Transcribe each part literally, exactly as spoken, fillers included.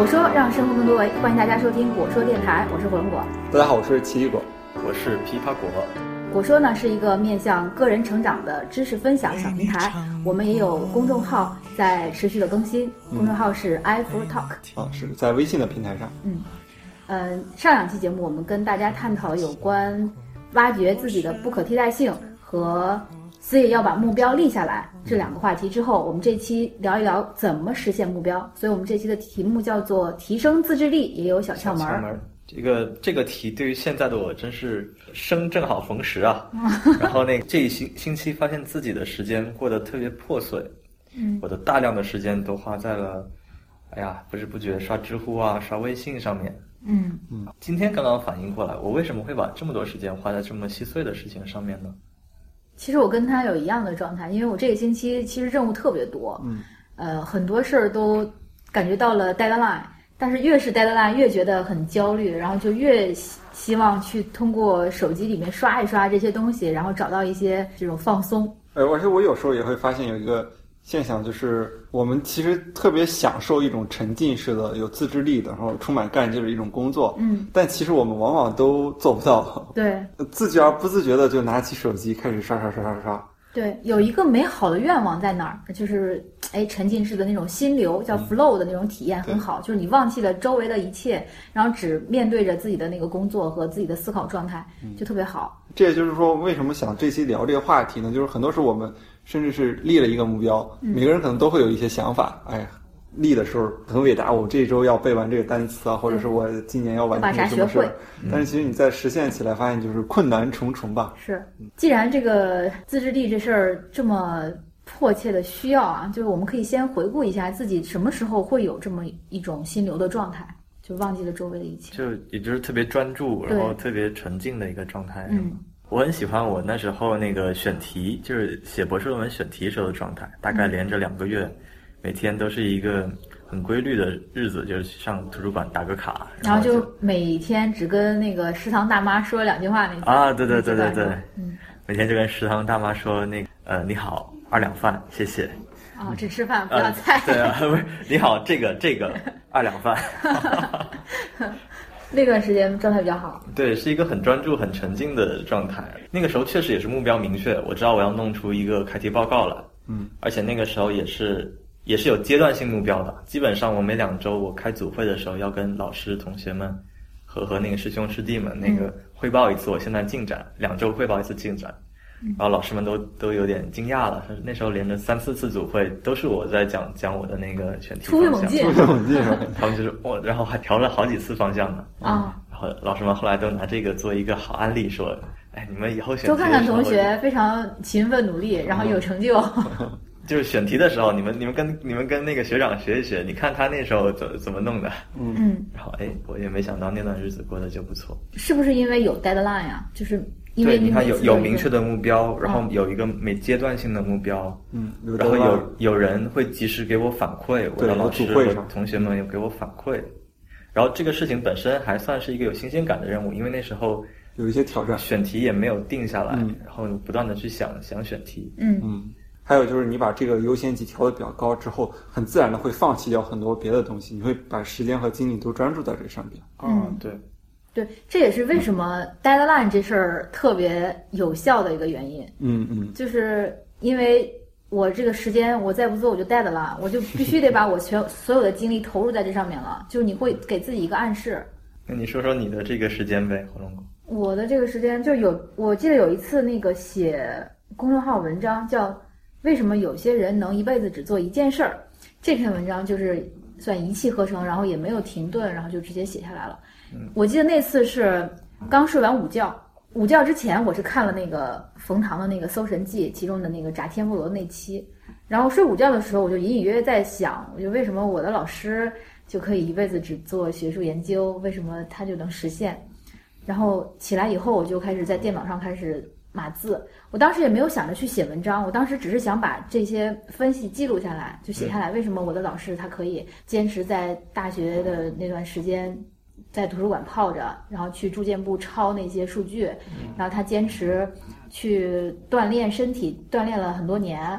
果说让生活更多维，欢迎大家收听果说电台，我是火龙果。 大家好，我是奇异果， 我是枇杷果。 果说呢是一个面向个人成长的知识分享小平台，我们也有公众号在持续的更新，公众号是 i for talk 啊，是在微信的平台上。 嗯，呃，上两期节目我们跟大家探讨有关挖掘自己的不可替代性和所以要把目标立下来这两个话题之后，我们这期聊一聊怎么实现目标。所以我们这期的题目叫做提升自制力也有小窍门。 小窍门，这个这个题对于现在的我真是生正好逢时啊。然后那这一星星期发现自己的时间过得特别破碎，嗯，我的大量的时间都花在了，哎呀，不知不觉刷知乎啊、刷微信上面。 嗯嗯，今天刚刚反应过来，我为什么会把这么多时间花在这么细碎的事情上面呢？ 其实我跟他有一样的状态，因为我这个星期其实任务特别多，嗯，呃，很多事儿都感觉到了 deadline， 但是越是 deadline 越觉得很焦虑，然后就越希望去通过手机里面刷一刷这些东西，然后找到一些这种放松。 呃，而且我有时候也会发现有一个现象，就是我们其实特别享受一种沉浸式的、有自制力的，然后充满干劲的一种工作。嗯，但其实我们往往都做不到。 对， 自觉而不自觉的就拿起手机开始刷刷刷刷刷。 对，有一个美好的愿望在哪儿？就是哎，沉浸式的那种心流，叫 flow 的那种体验很好，嗯，就是你忘记了周围的一切，然后只面对着自己的那个工作和自己的思考状态，就特别好。 这也就是说，为什么想这期聊这个话题呢？就是很多时候我们甚至是立了一个目标，嗯，每个人可能都会有一些想法，哎呀，立的时候很伟大，我这周要背完这个单词啊，或者是我今年要完成什么事，嗯，但是其实你在实现起来发现就是困难重重吧。 是，既然这个自制力这事儿这么迫切的需要啊，就是我们可以先回顾一下自己什么时候会有这么一种心流的状态，就忘记了周围的一切， 就也就是特别专注，然后特别沉静的一个状态。嗯，我很喜欢我那时候那个选题，就是写博士论文选题时候的状态，大概连着两个月，嗯，每天都是一个很规律的日子，就是上图书馆打个卡， 然后就每天只跟那个食堂大妈说两句话那种。 啊，对对对对对， 嗯， 每天就跟食堂大妈说那个呃你好，二两饭，谢谢。 哦，只吃饭不要菜。 呃、对啊，不是你好，这个这个二两饭。 那段时间状态比较好。 对，是一个很专注、很沉静的状态。那个时候确实也是目标明确，我知道我要弄出一个开题报告来。嗯，而且那个时候也是也是有阶段性目标的。基本上我每两周我开组会的时候，要跟老师、同学们和和那个师兄师弟们那个汇报一次我现在进展，嗯，两周汇报一次进展。然后老师们都都有点惊讶了，那时候连着三四次组会都是我在讲讲我的那个选题方向， 突飞猛进， 突飞猛进， 他们就是我，然后还调了好几次方向呢。 啊， 然后老师们后来都拿这个做一个好案例，说，哎，你们以后选题多看看同学非常勤奋努力，然后有成就。 就是选题的时候，你们你们跟你们跟那个学长学一学，你看他那时候怎怎么弄的。嗯，然后哎，我也没想到那段日子过得就不错。 是不是因为有 deadline 啊？就是因为对，你看有有明确的目标，然后有一个每阶段性的目标，嗯，然后有有人会及时给我反馈，我的老师和同学们有给我反馈，然后这个事情本身还算是一个有新鲜感的任务，因为那时候有一些挑战， 选题也没有定下来，嗯，然后不断的去想想选题， 嗯嗯，还有就是你把这个优先级调得比较高之后，很自然的会放弃掉很多别的东西，你会把时间和精力都专注在这上边。 嗯，对。 对，这也是为什么 deadline 这事儿特别有效的一个原因。 嗯嗯， 就是因为我这个时间我再不做我就 dead 了，我就必须得把我全所有的精力投入在这上面了。就是你会给自己一个暗示。 那你说说你的这个时间呗，火龙果。 我的这个时间就有，我记得有一次那个写公众号文章叫为什么有些人能一辈子只做一件事儿，这篇文章就是算一气呵成，然后也没有停顿，然后就直接写下来了。我记得那次是刚睡完午觉，午觉之前我是看了那个冯唐的那个《搜神记》其中的那个炸天妇罗那期，然后睡午觉的时候我就隐隐约约在想，我就为什么我的老师就可以一辈子只做学术研究，为什么他就能实现？然后起来以后我就开始在电脑上开始码字，我当时也没有想着去写文章，我当时只是想把这些分析记录下来，就写下来为什么我的老师他可以坚持在大学的那段时间在图书馆泡着，然后去住建部抄那些数据，然后他坚持去锻炼身体，锻炼了很多年，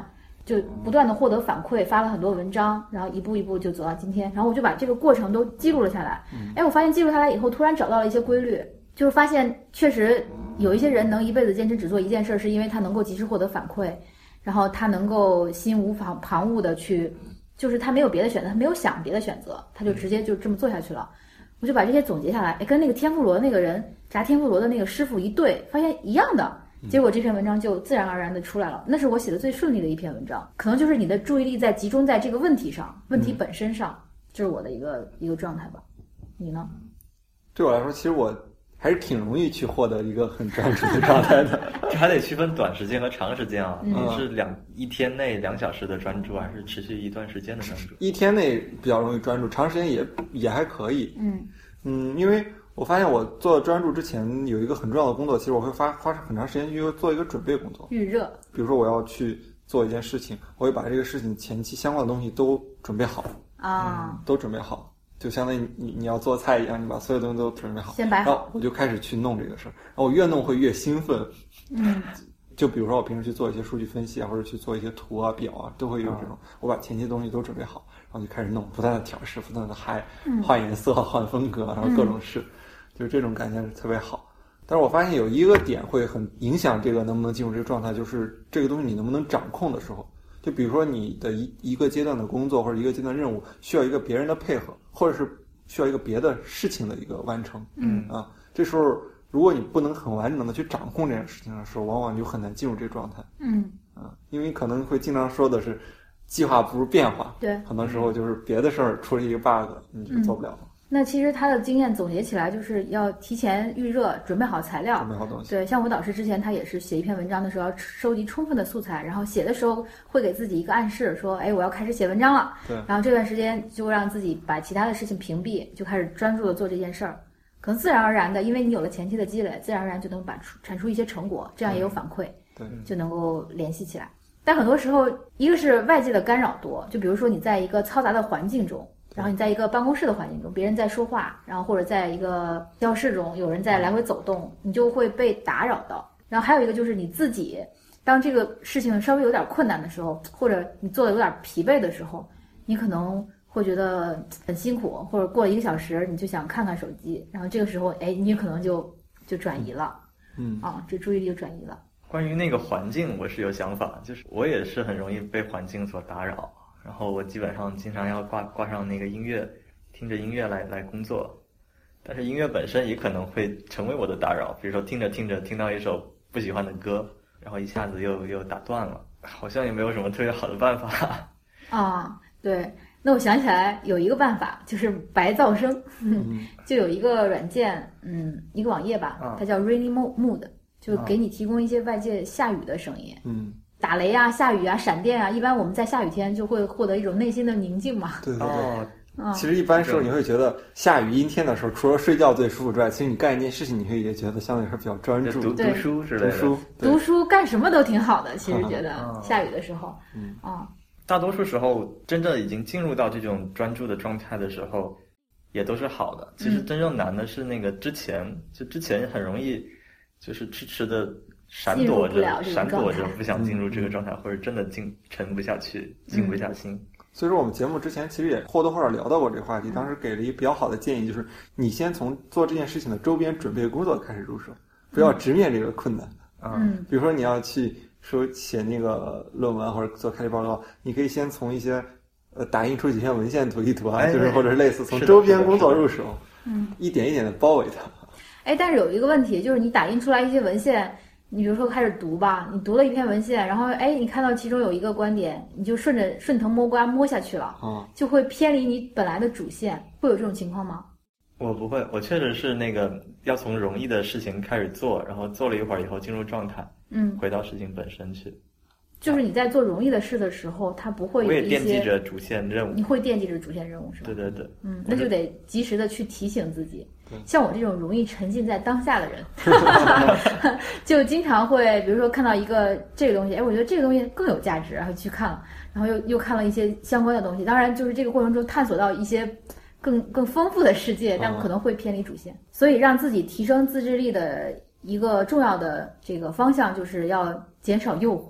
就不断的获得反馈，发了很多文章，然后一步一步就走到今天。然后我就把这个过程都记录了下来。哎，我发现记录下来以后，突然找到了一些规律，就是发现确实有一些人能一辈子坚持只做一件事，是因为他能够及时获得反馈，然后他能够心无旁旁骛的去，就是他没有别的选择，他没有想别的选择，他就直接就这么做下去了。我就把这些总结下来，哎，跟那个天妇罗那个人炸天妇罗的那个师傅一对，发现一样的，结果这篇文章就自然而然的出来了。那是我写的最顺利的一篇文章，可能就是你的注意力在集中在这个问题上，问题本身上，这是我的一个一个状态吧。你呢？ 对我来说，其实我还是挺容易去获得一个很专注的状态的。 这还得区分短时间和长时间啊。 嗯、 你是两一天内两小时的专注，还是持续一段时间的专注？ 一天内比较容易专注，长时间也也还可以。 嗯嗯，因为我发现我做专注之前有一个很重要的工作，其实我会花花很长时间去做一个准备工作， 预热。 比如说我要去做一件事情，我会把这个事情前期相关的东西都准备好啊、 嗯，都准备好。就相当于你你要做菜一样，你把所有东西都准备好， 先摆好， 然后我就开始去弄这个事儿。然后我越弄会越兴奋。 嗯， 就比如说我平时去做一些数据分析啊，或者去做一些图啊、表啊，都会有这种。我把前期的东西都准备好，然后就开始弄，不断的调试，不断的嗨，换颜色、换风格，然后各种试，就这种感觉是特别好。但是我发现有一个点会很影响这个能不能进入这个状态，就是这个东西你能不能掌控的时候。就比如说你的一一个阶段的工作或者一个阶段任务需要一个别人的配合，或者是需要一个别的事情的一个完成， 嗯啊，这时候如果你不能很完整的去掌控这件事情的时候，往往就很难进入这个状态， 嗯啊，因为可能会经常说的是计划不如变化， 对， 很多时候就是别的事儿出了一个 bug， 你就做不了了。 嗯那其实他的经验总结起来就是要提前预热，准备好材料， 准备好东西。 对，像我导师之前他也是写一篇文章的时候要收集充分的素材，然后写的时候会给自己一个暗示，说，哎，我要开始写文章了。 对。 然后这段时间就让自己把其他的事情屏蔽，就开始专注的做这件事儿。可能自然而然的，因为你有了前期的积累，自然而然就能把出产出一些成果，这样也有反馈， 对， 就能够联系起来。但很多时候，一个是外界的干扰多，就比如说你在一个嘈杂的环境中。然后你在一个办公室的环境中，别人在说话，然后或者在一个教室中有人在来回走动，你就会被打扰到。然后还有一个就是你自己，当这个事情稍微有点困难的时候，或者你做的有点疲惫的时候，你可能会觉得很辛苦，或者过了一个小时你就想看看手机，然后这个时候，哎，你可能就就转移了， 嗯啊，这注意力就转移了。 关于那个环境，我是有想法，就是我也是很容易被环境所打扰。然后我基本上经常要挂挂上那个音乐，听着音乐来来工作，但是音乐本身也可能会成为我的打扰，比如说听着听着听到一首不喜欢的歌，然后一下子又又打断了，好像也没有什么特别好的办法。 啊，对，那我想起来有一个办法，就是白噪声， 嗯、 就有一个软件，嗯，一个网页吧， 啊、 它叫 Rainy Mood， 就给你提供一些外界下雨的声音， 嗯。 打雷啊，下雨啊，闪电啊，一般我们在下雨天就会获得一种内心的宁静嘛。 对对对。 哦嗯、 其实一般时候你会觉得下雨阴天的时候，除了睡觉最舒服之外，其实你干一件事情，你会也觉得相对来说比较专注。 读读书之类的。 读书， 读书干什么都挺好的，其实觉得、嗯、下雨的时候， 嗯啊、 嗯，大多数时候真正已经进入到这种专注的状态的时候，也都是好的。其实真正难的是那个之前，嗯、就之前很容易就是迟迟的。闪躲着，闪躲着，不想进入这个状态，嗯、或者真的静沉不下去，静不下心。 嗯、所以说，我们节目之前其实也或多或少聊到过这个话题。当时给了一个比较好的建议，就是你先从做这件事情的周边准备工作开始入手，不要直面这个困难。 嗯， 比如说你要去说写那个论文或者做开题报告，你可以先从一些呃打印出几篇文献读一读啊， 哎、 就是或者是类似从周边工作入手， 嗯， 一点一点的包围它。 哎，但是有一个问题，就是你打印出来一些文献。你比如说开始读吧，你读了一篇文献，然后哎，你看到其中有一个观点，你就顺着顺藤摸瓜摸下去了， 嗯， 就会偏离你本来的主线，会有这种情况吗？ 我不会，我确实是那个要从容易的事情开始做，然后做了一会儿以后进入状态， 嗯， 回到事情本身去。 就是你在做容易的事的时候，它不会有一些。 我也惦记着主线任务。 你会惦记着主线任务是吧？ 对对对。 嗯，那就得及时的去提醒自己。 对。 像我这种容易沉浸在当下的人，就经常会，比如说看到一个这个东西，哎，我觉得这个东西更有价值，然后去看了，然后又又看了一些相关的东西。当然，就是这个过程中探索到一些更更丰富的世界，但可能会偏离主线。所以，让自己提升自制力的一个重要的这个方向，就是要减少诱惑。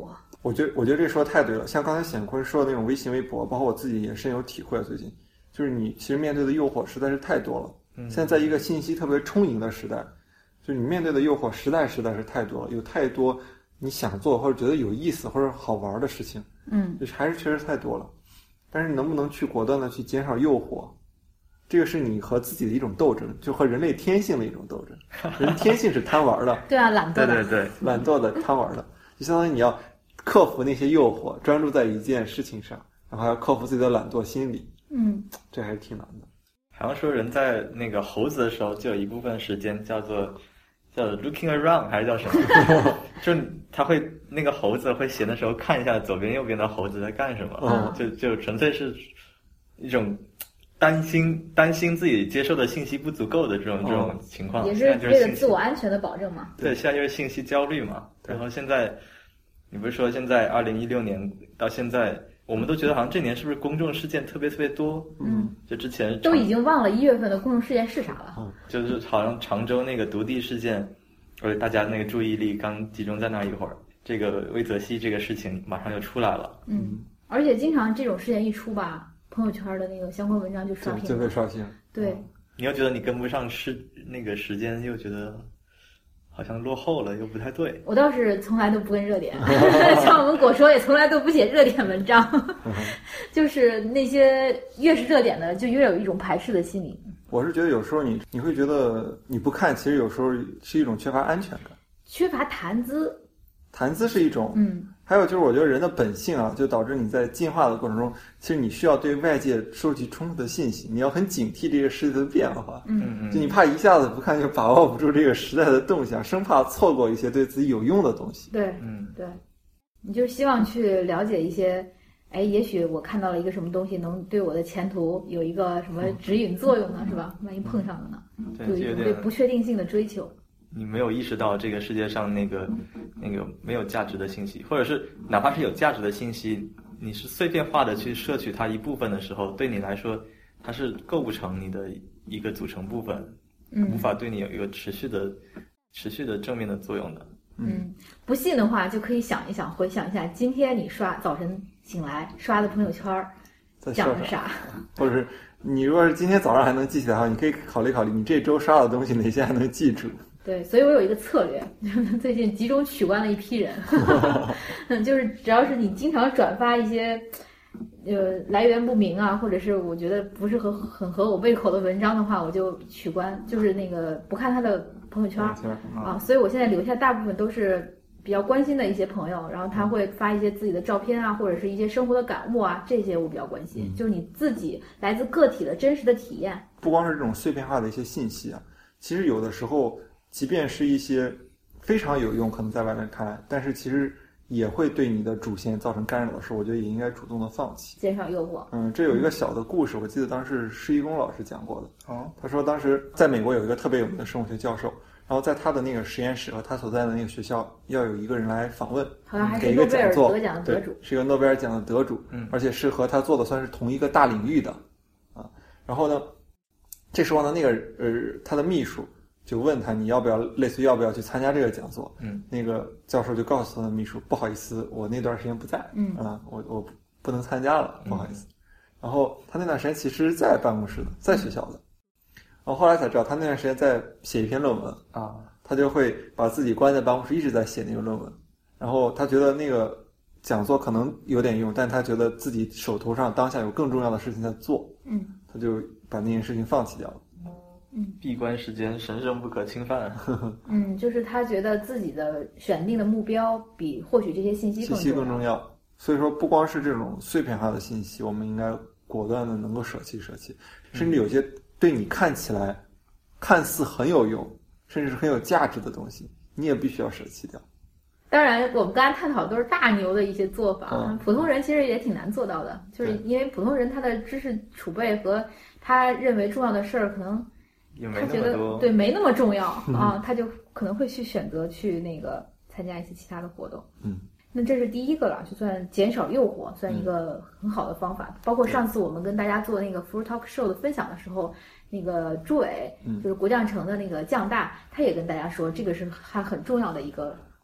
我觉得我觉得这说的太对了。像刚才显坤说的那种微信微博，包括我自己也深有体会。最近就是你其实面对的诱惑实在是太多了。嗯，现在在一个信息特别充盈的时代，就是你面对的诱惑实在实在是太多了，有太多你想做或者觉得有意思或者好玩的事情。 嗯， 就是还是确实太多了。但是能不能去果断的去减少诱惑，这个是你和自己的一种斗争，就和人类天性的一种斗争。人天性是贪玩的， 对啊，懒惰的， 对对对， 懒惰的，贪玩的，就相当于你要克服那些诱惑，专注在一件事情上，然后还要克服自己的懒惰心理。 嗯， 这还是挺难的。 好像说人在那个猴子的时候，就有一部分时间叫做叫 looking around 还是叫什么？就他会那个猴子会闲的时候看一下左边右边的猴子在干什么， 嗯、 就就纯粹是一种担心担心自己接受的信息不足够的这种、哦、这种情况， 也是为了自我安全的保证嘛。 对，现在就是信息焦虑嘛。然后现在你不是说现在二零一六年到现在，我们都觉得好像这年是不是公众事件特别特别多？ 嗯， 就之前都已经忘了一月份的公众事件是啥了。 嗯，就是好像常州那个毒地事件，而且大家那个注意力刚集中在那一会儿，这个魏则西这个事情马上就出来了。 嗯，而且经常这种事件一出吧，朋友圈的那个相关文章就刷屏了， 就被刷屏。 对， 你又觉得你跟不上时那个时间，又觉得好像落后了，又不太对。 我倒是从来都不跟热点，像我们果说也从来都不写热点文章，就是那些越是热点的，就越有一种排斥的心理。 我是觉得有时候你你会觉得你不看，其实有时候是一种缺乏安全感， 缺乏谈资。 谈资是一种， 嗯， 还有就是我觉得人的本性啊，就导致你在进化的过程中，其实你需要对外界收集充分的信息，你要很警惕这个世界的变化， 嗯， 就你怕一下子不看就把握不住这个时代的动向，生怕错过一些对自己有用的东西。 对，嗯，对，你就希望去了解一些，哎，也许我看到了一个什么东西，能对我的前途有一个什么指引作用呢，嗯、是吧？万一碰上了呢？ 对， 有一种对不确定性的追求。 你没有意识到这个世界上那个那个没有价值的信息，或者是哪怕是有价值的信息，你是碎片化的去摄取它一部分的时候，对你来说它是构不成你的一个组成部分， 嗯， 无法对你有一个持续的持续的正面的作用的。 嗯，不信的话就可以想一想，回想一下今天你刷早晨醒来刷的朋友圈讲了啥， 或者是你如果是今天早上还能记起来的话，你可以考虑考虑你这周刷的东西哪些还能记住。 对，所以我有一个策略，最近集中取关了一批人，就是只要是你经常转发一些，呃，来源不明啊，或者是我觉得不是很很合我胃口的文章的话，我就取关，就是那个不看他的朋友圈啊。所以我现在留下大部分都是比较关心的一些朋友，然后他会发一些自己的照片啊，或者是一些生活的感悟啊，这些我比较关心，嗯、就是你自己来自个体的真实的体验。 不光是这种碎片化的一些信息啊，其实有的时候。即便是一些非常有用，可能在外面看来，但是其实也会对你的主线造成干扰的时候，我觉得也应该主动的放弃， 减少诱惑。 嗯，这有一个小的故事，我记得当时施一公老师讲过的。哦，他说当时在美国有一个特别有名的生物学教授，然后在他的那个实验室和他所在的那个学校要有一个人来访问， 好像还是诺贝尔得奖的得主， 是一个诺贝尔奖的得主，嗯，而且是和他做的算是同一个大领域的，啊，然后呢，这时候呢，那个呃他的秘书。就问他你要不要类似于要不要去参加这个讲座？嗯，那个教授就告诉他的秘书，不好意思，我那段时间不在，嗯啊，我我不能参加了，不好意思。嗯、然后他那段时间其实在办公室的，在学校的。然后后来才知道，他那段时间在写一篇论文啊，他就会把自己关在办公室，一直在写那个论文。然后他觉得那个讲座可能有点用，但他觉得自己手头上当下有更重要的事情在做，嗯，他就把那件事情放弃掉了。 嗯， 闭关时间神圣不可侵犯。 嗯，就是他觉得自己的选定的目标比获取这些信息更重要。 信息更重要。所以说，不光是这种碎片化的信息，我们应该果断的能够舍弃舍弃，甚至有些对你看起来看似很有用，甚至是很有价值的东西，你也必须要舍弃掉。 当然，我们刚才探讨都是大牛的一些做法，嗯、普通人其实也挺难做到的，就是因为普通人他的知识储备和他认为重要的事儿可能。他觉得对没那么重要啊，他就可能会去选择去那个参加一些其他的活动。 嗯， 那这是第一个了，就算减少诱惑，算一个很好的方法。嗯、包括上次我们跟大家做那个 Fruit Talk Show 的分享的时候，那个朱伟，嗯、就是国将城的那个将大，他也跟大家说，这个是他很重要的一个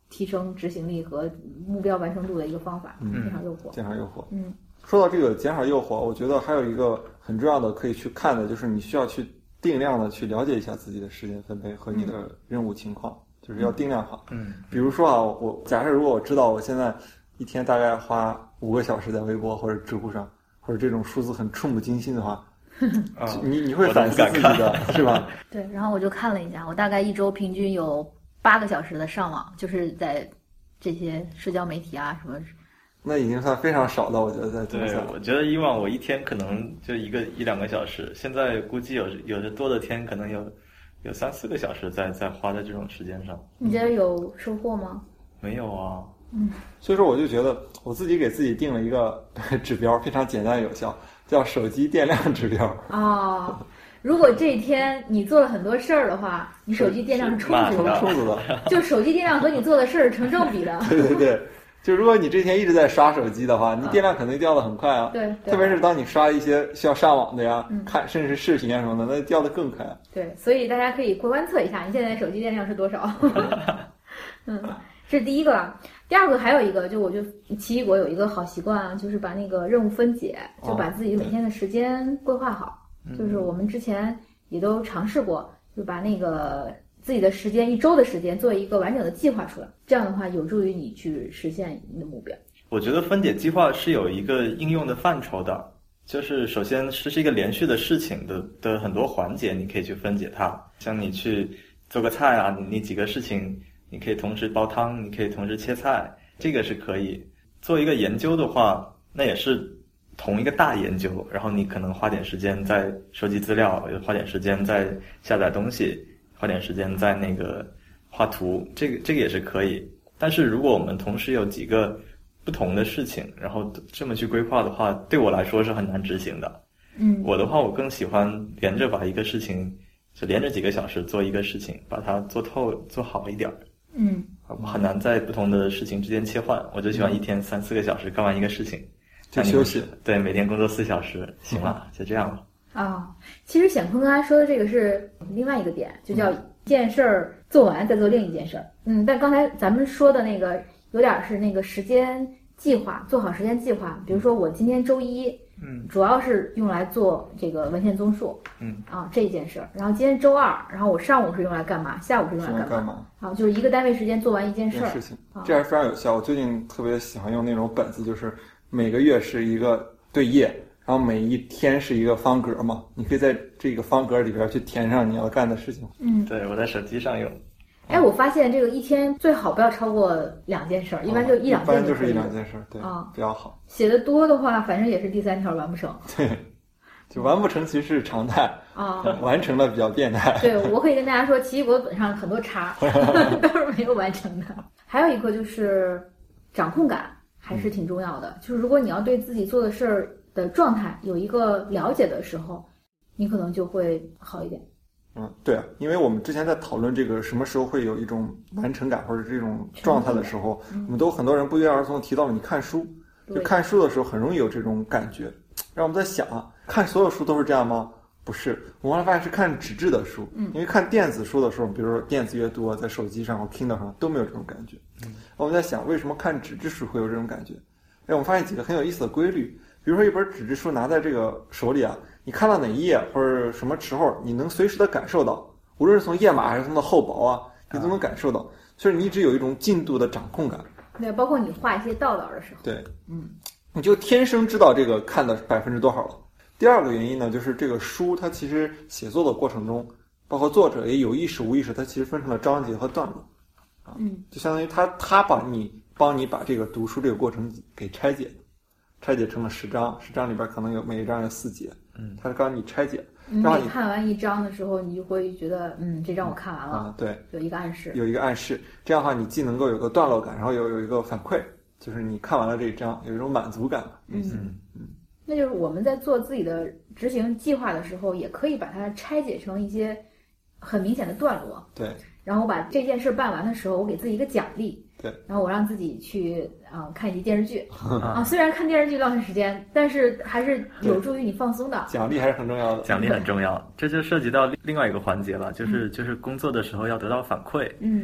提升执行力和目标完成度的一个方法， 嗯， 减少诱惑。 减少诱惑。 嗯， 说到这个减少诱惑，我觉得还有一个很重要的可以去看的，就是你需要去定量的去了解一下自己的时间分配和你的任务情况，嗯、就是要定量化。 嗯， 比如说啊，我假设如果我知道我现在一天大概花五个小时在微博或者知乎上，或者这种数字很触目惊心的话。你你会反思自己的是吧？ 对，然后我就看了一下，我大概一周平均有八个小时的上网，就是在这些社交媒体啊什么。 那已经算非常少了，我觉得在对，我觉得以往我一天可能就一个一两个小时，现在估计有有的多的天可能有有三四个小时在在花在这种时间上。 你觉得有收获吗？ 没有啊。 嗯， 所以说我就觉得我自己给自己定了一个指标，非常简单有效。叫手机电量指标哦，如果这一天你做了很多事儿的话，你手机电量是充足的， 充足的， 就手机电量和你做的事儿成正比的。 对对对，就如果你这天一直在刷手机的话，你电量肯定掉得很快啊。 对， 特别是当你刷一些需要上网的呀， 嗯、 看甚至是视频啊什么的，那掉得更快。 对，所以大家可以观测一下你现在手机电量是多少。嗯，这是第一个了。第二个还有一个，就我就奇异果有一个好习惯啊，就是把那个任务分解，就把自己每天的时间规划好。哦、就是我们之前也都尝试过，就把那个自己的时间一周的时间做一个完整的计划出来，这样的话有助于你去实现你的目标。 我觉得分解计划是有一个应用的范畴的，就是首先这是一个连续的事情的的很多环节，你可以去分解它。像你去做个菜啊，你你几个事情。你可以同时煲汤，你可以同时切菜，这个是可以。做一个研究的话，那也是同一个大研究，然后你可能花点时间在收集资料，花点时间在下载东西，花点时间在那个画图，这个这个也是可以。但是如果我们同时有几个不同的事情，然后这么去规划的话，对我来说是很难执行的。 嗯， 我的话，我更喜欢连着把一个事情，就连着几个小时做一个事情，把它做透做好一点。 嗯， 我很难在不同的事情之间切换，我就喜欢一天三四个小时干完一个事情， 就休息。 对，每天工作四小时，行了，就这样了。 啊、哦，其实显坤刚才说的这个是另外一个点，就叫一件事儿做完再做另一件事儿。嗯，但刚才咱们说的那个有点是那个时间计划，做好时间计划。比如说我今天周一。 嗯， 主要是用来做这个文献综述， 嗯啊这件事儿。然后今天周二，然后我上午是用来干嘛，下午是用来干嘛？ 干嘛？ 啊，就是一个单位时间做完一件事儿。 事情，这还是非常有效。我最近特别喜欢用那种本子，就是每个月是一个对页，然后每一天是一个方格嘛，你可以在这个方格里边去填上你要干的事情。 嗯， 对，我在手机上用。 哎，我发现这个一天最好不要超过两件事儿，一般就一两件就可以了。 一般就是一两件事儿，对啊， 比较好。 写的多的话，反正也是第三条完不成。 对，就完不成其实是常态啊， 完成了比较变态。 对，我可以跟大家说，奇异果本上很多叉都是没有完成的。还有一个就是掌控感还是挺重要的，就是如果你要对自己做的事儿的状态有一个了解的时候，你可能就会好一点。 嗯，对啊，因为我们之前在讨论这个什么时候会有一种完成感或者这种状态的时候， 嗯、 我们都很多人不约而同提到了你看书，就看书的时候很容易有这种感觉。让我们在想啊，看所有书都是这样吗？不是，我后来发现是看纸质的书， 嗯， 因为看电子书的时候，比如说电子阅读啊，在手机上或 Kindle 上都没有这种感觉。 嗯， 我们在想为什么看纸质书会有这种感觉？哎，我们发现几个很有意思的规律，比如说一本纸质书拿在这个手里啊，你看到哪一页或者什么时候，你能随时的感受到，无论是从页码还是从它厚薄啊，你都能感受到，所以你一直有一种进度的掌控感。 对，包括你画一些道道的时候， 对， 嗯， 你就天生知道这个看的百分之多少了。第二个原因呢，就是这个书它其实写作的过程中，包括作者也有意识无意识，它其实分成了章节和段落，啊， 嗯， 就相当于他他把你帮你把这个读书这个过程给拆解，拆解成了十章，十章里边可能有每一章有四节， 嗯， 他是告诉你拆解。 你看完一章的时候，你就会觉得，嗯，这章我看完了， 啊，对， 有一个暗示， 有一个暗示，这样的话你既能够有个段落感，然后有有一个反馈，就是你看完了这一章，有一种满足感。 嗯嗯嗯，那就是我们在做自己的执行计划的时候，也可以把它拆解成一些很明显的段落， 对， 然后把这件事办完的时候，我给自己一个奖励。 对， 然后我让自己去啊、呃、看一集电视剧啊，虽然看电视剧浪费时间，但是还是有助于你放松的。 奖励还是很重要的， 奖励很重要，这就涉及到另外一个环节了，就是、嗯、就是工作的时候要得到反馈。 嗯，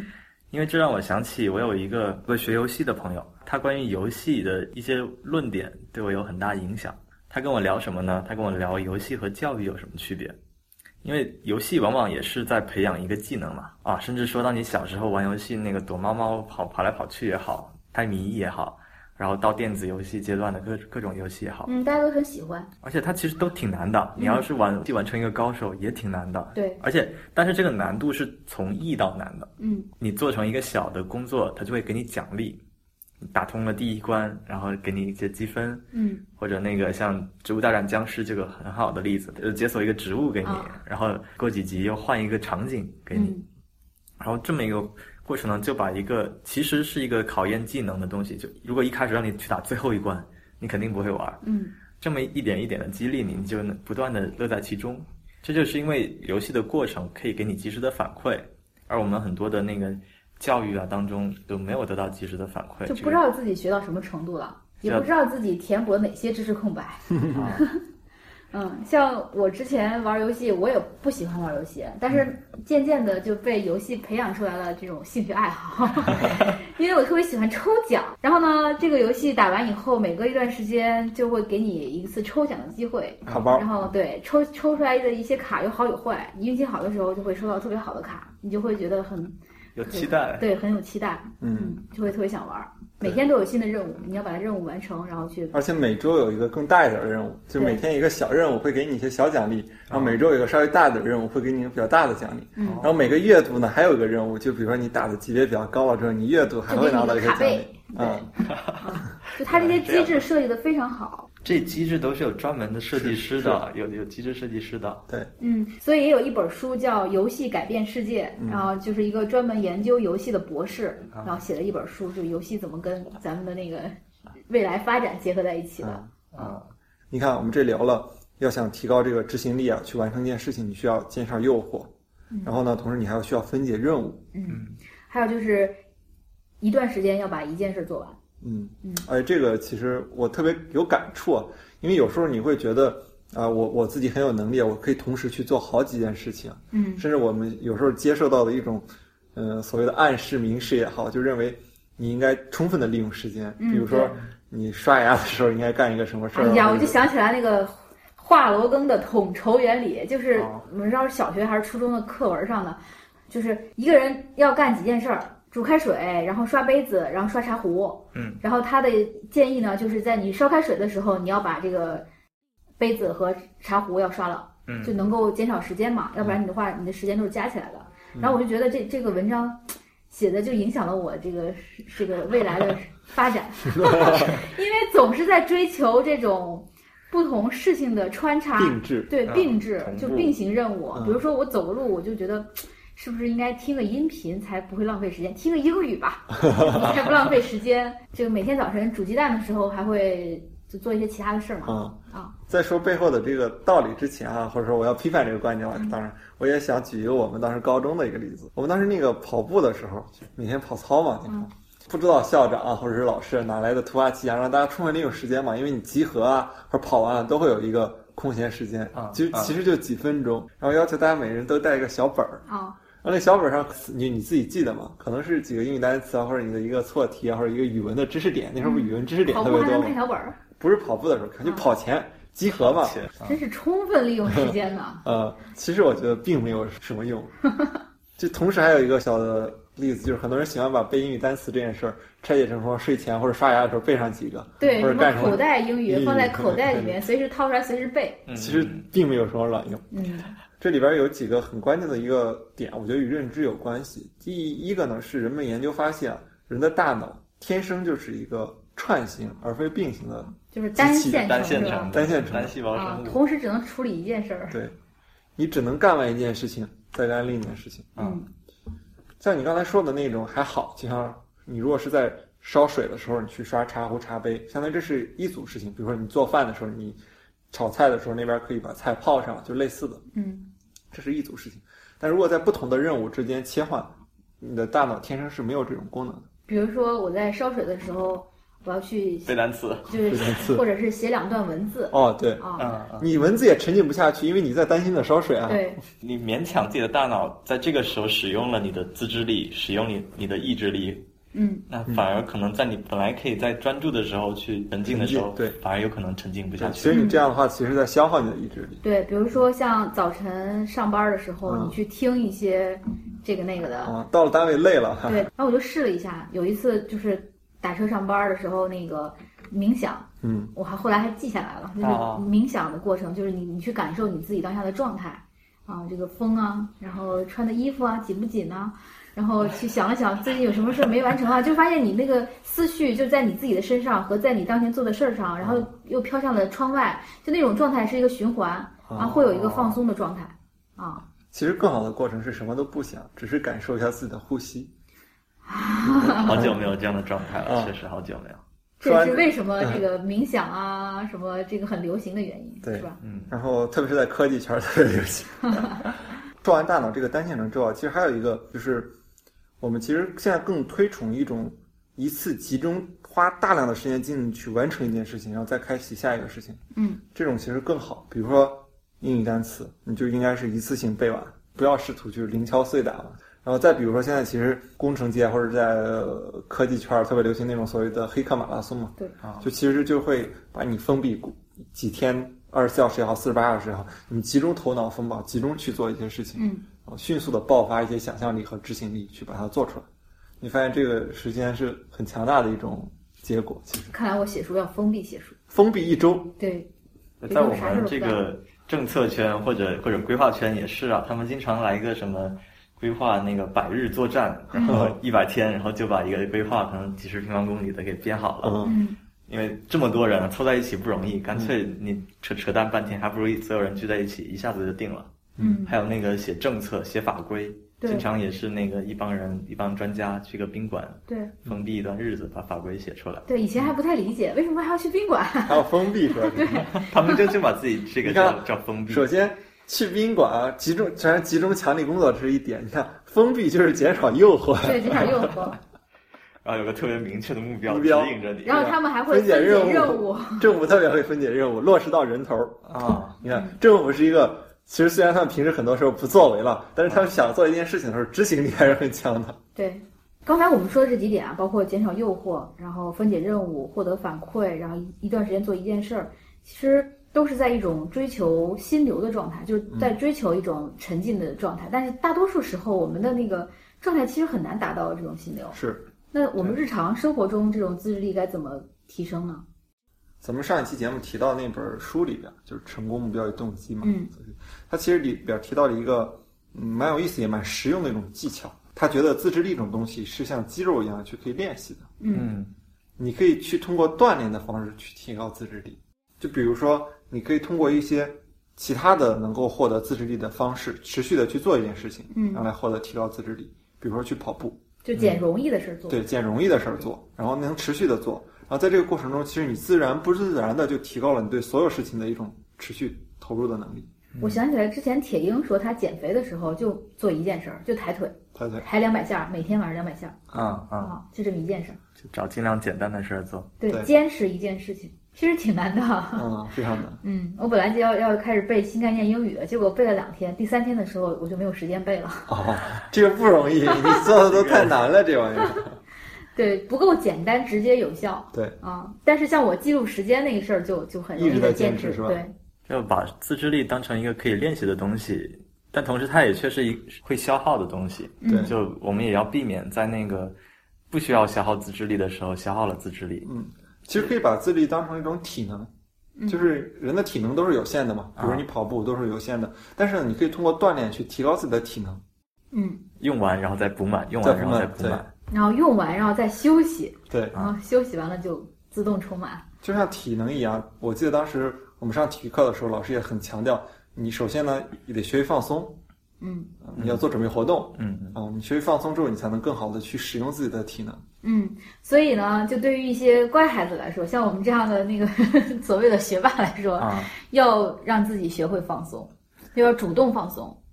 因为这让我想起我有一个会学游戏的朋友，他关于游戏的一些论点对我有很大影响。他跟我聊什么呢？他跟我聊游戏和教育有什么区别。因为游戏往往也是在培养一个技能嘛，啊，甚至说到你小时候玩游戏那个躲猫猫跑跑来跑去也好，猜谜也好，然后到电子游戏阶段的各各种游戏也好， 嗯，大家都很喜欢， 而且它其实都挺难的。你要是玩游戏玩成一个高手也挺难的， 对， 而且但是这个难度是从易到难的， 嗯， 你做成一个小的工作，它就会给你奖励。打通了第一关，然后给你一些积分， 嗯， 或者那个像《植物大战僵尸》这个很好的例子，就是解锁一个植物给你， 哦、 然后过几集又换一个场景给你， 嗯、 然后这么一个过程呢，就把一个其实是一个考验技能的东西，就如果一开始让你去打最后一关，你肯定不会玩， 嗯， 这么一点一点的激励你，你就能不断的乐在其中。这就是因为游戏的过程可以给你及时的反馈，而我们很多的那个教育啊当中都没有得到及时的反馈， 就不知道自己学到什么程度了，也不知道自己填补了哪些知识空白。嗯，像我之前玩游戏，我也不喜欢玩游戏，但是渐渐的就被游戏培养出来了这种兴趣爱好。因为我特别喜欢抽奖，然后呢，这个游戏打完以后，每隔一段时间就会给你一次抽奖的机会， 卡包， 然后对抽抽出来的一些卡有好有坏，你运气好的时候就会收到特别好的卡，你就会觉得很有期待， 对，很有期待，嗯，就会特别想玩。每天都有新的任务，你要把任务完成，然后去。 而且每周有一个更大一点的任务，就每天一个小任务会给你一些小奖励，然后每周有一个稍微大的任务会给你一个比较大的奖励。 嗯。 然后每个月度呢还有一个任务，就比如说你打的级别比较高了之后，你月度还会拿到一些奖励。 嗯。就它这些机制设计的非常好。 这机制都是有专门的设计师的，有有机制设计师的。 对， 嗯，所以也有一本书叫《游戏改变世界》， 嗯、 然后就是一个专门研究游戏的博士，嗯、然后写了一本书，就是游戏怎么跟咱们的那个未来发展结合在一起的。 啊、嗯嗯，你看我们这聊了，要想提高这个执行力啊，去完成一件事情，你需要减少诱惑， 嗯、 然后呢，同时你还要需要分解任务， 嗯，还有就是一段时间要把一件事做完。 嗯嗯，哎，这个其实我特别有感触啊，因为有时候你会觉得啊、呃，我我自己很有能力，我可以同时去做好几件事情， 嗯， 甚至我们有时候接受到的一种，嗯、呃，所谓的暗示、明示也好，就认为你应该充分的利用时间， 嗯、 比如说你刷牙的时候应该干一个什么事儿。 哎呀，我就想起来那个华罗庚的统筹原理，就是我们知道是小学还是初中的课文上的，就是一个人要干几件事儿。煮开水，然后刷杯子，然后刷茶壶。 嗯， 然后他的建议呢，就是在你烧开水的时候，你要把这个杯子和茶壶要刷了， 嗯， 就能够减少时间嘛，要不然你的话，你的时间都是加起来的。嗯、然后我就觉得这这个文章写的就影响了我这个这个未来的发展，因为总是在追求这种不同事情的穿插， 并置， 对，并置、嗯、就并行任务。 嗯、 比如说我走个路，我就觉得。是不是应该听个音频才不会浪费时间？听个英语吧，才不浪费时间。这个每天早晨煮鸡蛋的时候，还会就做一些其他的事嘛。 嗯啊， 在说背后的这个道理之前啊，或者说我要批判这个观点了， 嗯、 当然我也想举一个我们当时高中的一个例子。我们当时那个跑步的时候，每天跑操嘛，经常、嗯、不知道校长啊或者是老师哪来的突发奇想，让大家充分利用时间嘛，因为你集合啊或者跑完、啊、都会有一个空闲时间， 啊， 其实、啊、其实就几分钟，然后要求大家每人都带一个小本儿啊。 然后那小本上你你自己记得嘛？可能是几个英语单词啊，或者你的一个错题啊，或者一个语文的知识点。那时候不语文知识点特别多吗？ 跑步还能看小本儿？ 不是跑步的时候看，就跑前、啊、集合嘛。 真是充分利用时间呢。 呃，其实我觉得并没有什么用。就同时还有一个小的例子，就是很多人喜欢把背英语单词这件事儿拆解成说睡前或者刷牙的时候背上几个， 对， 或者干什么口袋英语放在口袋里面，随时掏出来随时背。 其实并没有什么卵用。 嗯。 这里边有几个很关键的一个点，我觉得与认知有关系。第一个呢，是人们研究发现，人的大脑天生就是一个串行而非并行的， 就是单线单线程单线程单细胞生物、 啊，同时只能处理一件事儿。 对，你只能干完一件事情，再干另一件事情。 嗯， 像你刚才说的那种还好，就像你如果是在烧水的时候，你去刷茶壶、茶杯，相当于这是一组事情。比如说你做饭的时候，你炒菜的时候，那边可以把菜泡上，就类似的。 嗯。 这是一组事情，但如果在不同的任务之间切换，你的大脑天生是没有这种功能的。 比如说我在烧水的时候， 我要去背单词， 就是或者是写两段文字。 哦，对啊、 嗯，你文字也沉浸不下去，因为你在担心的烧水啊。 对， 你勉强自己的大脑在这个时候使用了你的自制力，使用你你的意志力。 嗯， 那反而可能在你本来可以在专注的时候去沉浸的时候， 对， 反而有可能沉浸不下去。 其实你这样的话，其实在消耗你的意志力。 对，比如说像早晨上班的时候，嗯、你去听一些这个那个的。 啊，到了单位累了。 对，然后我就试了一下，有一次就是打车上班的时候，那个冥想， 嗯， 我还后来还记下来了，就是冥想的过程，就是你你去感受你自己当下的状态啊，这个风啊，然后穿的衣服啊紧不紧啊。然后去想了想最近有什么事没完成啊，就发现你那个思绪就在你自己的身上和在你当前做的事儿上，然后又飘向了窗外，就那种状态是一个循环啊，会有一个放松的状态啊。 其实更好的过程是什么都不想，只是感受一下自己的呼吸。 好久没有这样的状态了，确实好久没有。 这也是为什么这个冥想啊什么这个很流行的原因， 对， 是吧？ 嗯。然后特别是在科技圈特别流行。做完大脑这个单线程之后，其实还有一个就是。我们其实现在更推崇一种一次集中花大量的时间精力去完成一件事情，然后再开启下一个事情。 嗯， 这种其实更好。比如说英语单词，你就应该是一次性背完，不要试图去零敲碎打嘛。然后再比如说现在其实工程界或者在科技圈特别流行那种所谓的黑客马拉松嘛。 对啊，就其实就会把你封闭几天，二十四小时也好，四十八小时也好，你集中头脑风暴，集中去做一些事情。 嗯。 迅速的爆发一些想象力和执行力去把它做出来，你发现这个时间是很强大的一种结果。其实看来我写书要封闭写书， 封闭一周。 对， 在我们这个政策圈或者或者规划圈也是啊，他们经常来一个什么规划那个百日作战，然后一百天，然后就把一个规划可能几十平方公里的给编好了。 嗯， 因为这么多人凑在一起不容易，干脆你扯扯淡半天，还不如所有人聚在一起，一下子就定了。 嗯， 还有那个写政策、写法规，经常也是那个一帮人、一帮专家去个宾馆， 对， 封闭一段日子，把法规写出来。 对，以前还不太理解，为什么还要去宾馆？ 还要封闭是吧？ 对， 他们就就把自己这个叫叫封闭。 首先去宾馆集中，全是集中强力工作，这是一点。你看，封闭就是减少诱惑， 对，减少诱惑。 然后有个特别明确的目标目标指引着你， 然后他们还会分解任务， 任务政府特别会分解任务，落实到人头啊。 你看，政府是一个。其实虽然他们平时很多时候不作为了，但是他们想做一件事情的时候，执行力还是很强的。 对，刚才我们说的这几点啊，包括减少诱惑，然后分解任务，获得反馈，然后一段时间做一件事儿，其实都是在一种追求心流的状态，就是在追求一种沉浸的状态。嗯、但是大多数时候，我们的那个状态其实很难达到这种心流。 是。 那我们日常生活中这种自制力该怎么提升呢？ 咱们上一期节目提到那本书里边，就是《成功目标与动机》嘛， 嗯， 他其实里边提到了一个嗯蛮有意思也蛮实用的一种技巧。他觉得自制力这种东西是像肌肉一样去可以练习的， 嗯， 你可以去通过锻炼的方式去提高自制力。就比如说，你可以通过一些其他的能够获得自制力的方式，持续的去做一件事情， 嗯， 然后来获得提高自制力。比如说去跑步， 就捡容易的事做、 嗯，对，捡容易的事做，然后能持续的做。然后在这个过程中，其实你自然不自然的就提高了你对所有事情的一种持续投入的能力。 我想起来之前铁英说他减肥的时候就做一件事儿，就抬腿， 抬腿， 抬两百下，每天晚上两百下， 啊啊、 啊，就这么一件事儿， 就找尽量简单的事儿做。 对，坚持一件事情，其实挺难的。 嗯，非常难。 嗯，我本来就要要开始背新概念英语了，结果背了两天，第三天的时候我就没有时间背了。 哦，这个不容易，你做的都太难了，这玩意儿。 对，不够简单、直接、有效。 对啊，但是像我记录时间那个事儿，就就很容易的坚持， 是吧？ 对， 就把自制力当成一个可以练习的东西，但同时它也确实一会消耗的东西。 对， 就我们也要避免在那个不需要消耗自制力的时候消耗了自制力。 嗯，其实可以把自制力当成一种体能，嗯、就是人的体能都是有限的嘛，比如你跑步都是有限的，啊、但是呢，你可以通过锻炼去提高自己的体能。 嗯， 用完然后再补满，用完然后再补满。 然后用完，然后再休息， 对， 然后休息完了就自动充满。 就像体能一样，我记得当时我们上体育课的时候，老师也很强调，你首先呢，你得学会放松， 嗯， 你要做准备活动， 嗯嗯，啊，你学会放松之后，你才能更好的去使用自己的体能。 嗯，所以呢，就对于一些乖孩子来说，像我们这样的那个所谓的学霸来说， 啊， 要让自己学会放松，就要主动放松。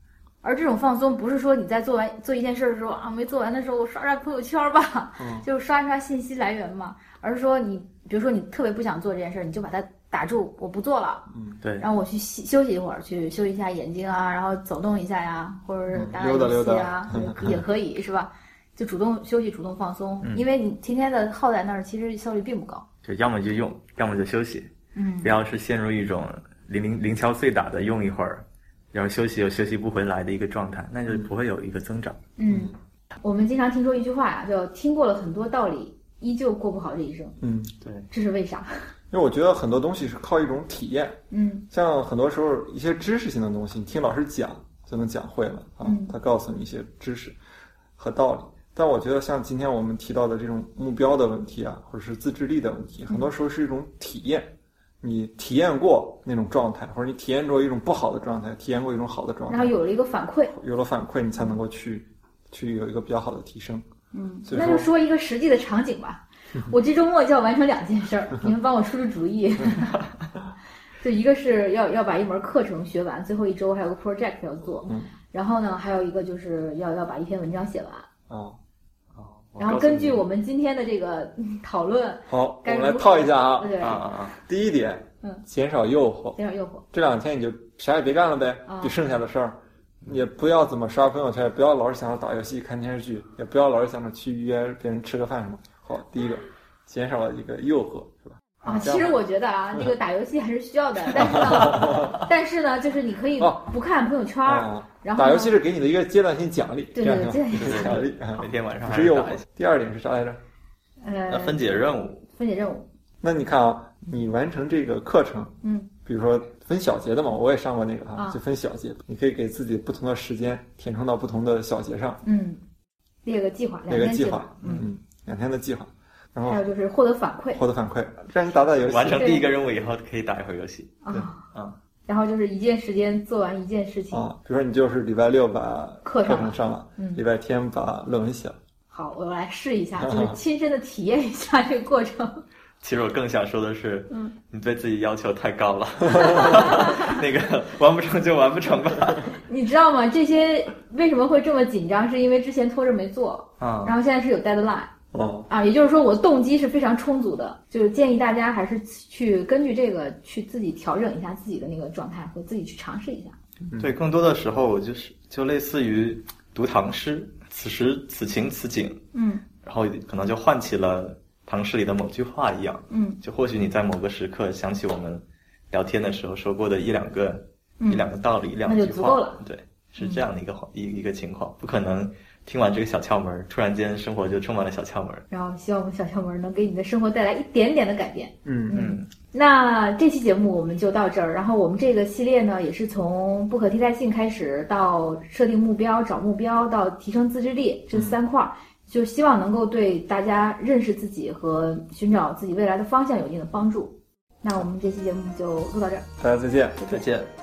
而这种放松不是说你在做完做一件事的时候啊，没做完的时候我刷刷朋友圈吧，嗯、就刷一刷信息来源嘛，而是说你比如说你特别不想做这件事，你就把它打住，我不做了， 嗯，对， 然后我去休息一会儿，去休息一下眼睛啊，然后走动一下呀，或者是打打游戏啊，嗯、也可以是吧？就主动休息，主动放松，嗯、因为你天天的耗在那儿，其实效率并不高。 就要么就用，要么就休息，嗯，不要是陷入一种零零零敲碎打的用一会儿。然后休息又休息不回来的一个状态，那就不会有一个增长。 嗯，我们经常听说一句话呀，叫听过了很多道理，依旧过不好这一生。 嗯， 对， 这是为啥？ 因为我觉得很多东西是靠一种体验。 嗯， 像很多时候一些知识性的东西，你听老师讲就能讲会了啊， 嗯、 他告诉你一些知识和道理。但我觉得像今天我们提到的这种目标的问题啊，或者是自制力的问题，很多时候是一种体验。你体验过那种状态，或者你体验过一种不好的状态，体验过一种好的状态， 然后有了一个反馈， 有了反馈，你才能够去去有一个比较好的提升。 嗯，那就说一个实际的场景吧。我这周末就要完成两件事儿，你们帮我出出主意。就一个是要要把一门课程学完，最后一周还有个 project 要做。嗯，然后呢，还有一个就是要要把一篇文章写完。 哦。 然后根据我们今天的这个讨论， 好，我们来套一下啊。 对啊啊！第一点，嗯，减少诱惑， 减少诱惑。 这两天你就啥也别干了呗，就剩下的事儿，也不要怎么刷朋友圈，也不要老是想着打游戏、看电视剧，也不要老是想着去约别人吃个饭什么。好，第一个，减少了一个诱惑，是吧？ 啊，其实我觉得啊，这个打游戏还是需要的，但是呢，但是呢，就是你可以不看朋友圈， 哦、 然后打游戏是给你的一个阶段性奖励， 对对对，阶段性奖励， 每天晚上不是诱惑。第二点是啥来着？ 呃， 分解任务， 分解任务。 那你看啊，你完成这个课程， 嗯， 比如说分小节的嘛，我也上过那个啊，就分小节，你可以给自己不同的时间填充到不同的小节上， 嗯，列个计划， 列个计划， 嗯，两天的计划。然后还有就是获得反馈， 获得反馈，让你打打游戏。 完成第一个任务以后，可以打一会儿游戏。 啊， 啊， 然后就是一件时间做完一件事情。 啊，比如说你就是礼拜六把课程上了， 嗯， 礼拜天把论文写了。 好，我来试一下，就是亲身的体验一下这个过程。 其实我更想说的是， 嗯， 你对自己要求太高了，那个完不成就完不成吧。 你知道吗？这些为什么会这么紧张？是因为之前拖着没做， 啊， 然后现在是有 deadline。 哦啊，也就是说我动机是非常充足的，就是建议大家还是去根据这个去自己调整一下自己的那个状态，和自己去尝试一下。 对，更多的时候我就是就类似于读唐诗，此时此情此景， 嗯， 然后可能就唤起了唐诗里的某句话一样， 嗯， 就或许你在某个时刻想起我们聊天的时候说过的一两个、 嗯、 一两个道理，一两句话， 那就足够了。 对，是这样的一个、嗯、一一个情况，不可能。听完这个小窍门，突然间生活就充满了小窍门。 然后希望我们小窍门能给你的生活带来一点点的改变。 嗯嗯。那这期节目我们就到这儿。然后我们这个系列呢，也是从不可替代性开始，到设定目标、找目标，到提升自制力这三块，嗯、就希望能够对大家认识自己和寻找自己未来的方向有一定的帮助。那我们这期节目就录到这儿， 大家再见， 再见。